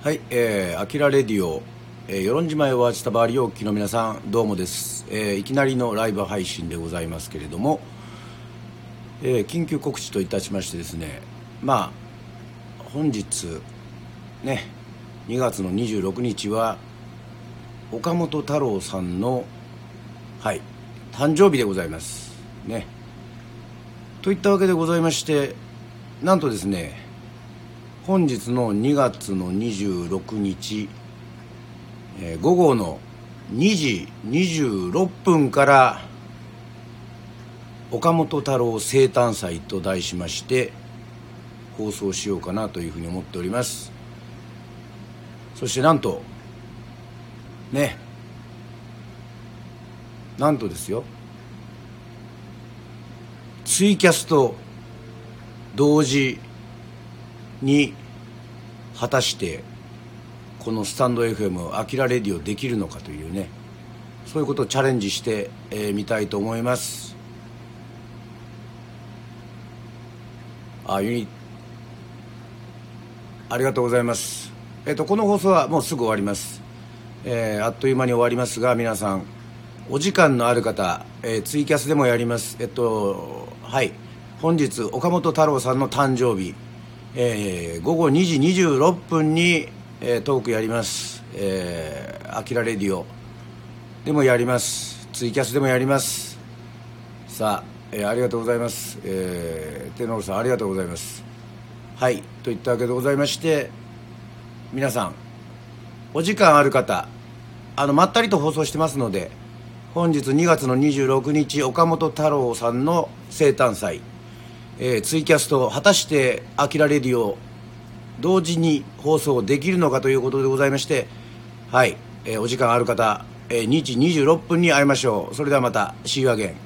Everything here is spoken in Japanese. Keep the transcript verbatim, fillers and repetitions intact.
はい、えー、アキラレディオ、えー、与論島へお会いしたばわりをお聞きの皆さんどうもです、えー、いきなりのライブ配信でございますけれども、えー、緊急告知といたしましてですね、まあ本日ねにがつのにじゅうろくにちは岡本太郎さんのはい誕生日でございますね。といったわけでございまして、なんとですね本日のにがつのにじゅうろくにち、えー、午後のにじにじゅうろっぷんから岡本太郎生誕祭と題しまして放送しようかなというふうに思っております。そしてなんとねなんとですよ、ツイキャスと同時に果たしてこのスタンド エフエム アキラレディオできるのかというね、そういうことをチャレンジしてみ、えー、たいと思います。あユニありがとうございます。えっとこの放送はもうすぐ終わります、えー、あっという間に終わりますが、皆さんお時間のある方、えー、ツイキャスでもやります。えっとはい本日岡本太郎さんの誕生日、えー、午後にじにじゅうろっぷんに、えー、トークやります。えー、アキラレディオでもやります。ツイキャスでもやります。さあ、えー、ありがとうございます。えー、テノールさんありがとうございます。はいといったわけでございまして、皆さんお時間ある方、あのまったりと放送してますので、本日にがつのにじゅうろくにち岡本太郎さんの生誕祭、えー、ツイキャスト果たしてアキラレディオ同時に放送できるのかということでございまして、はい、えー、お時間ある方、えー、にじにじゅうろっぷんに会いましょう。それではまた See you again。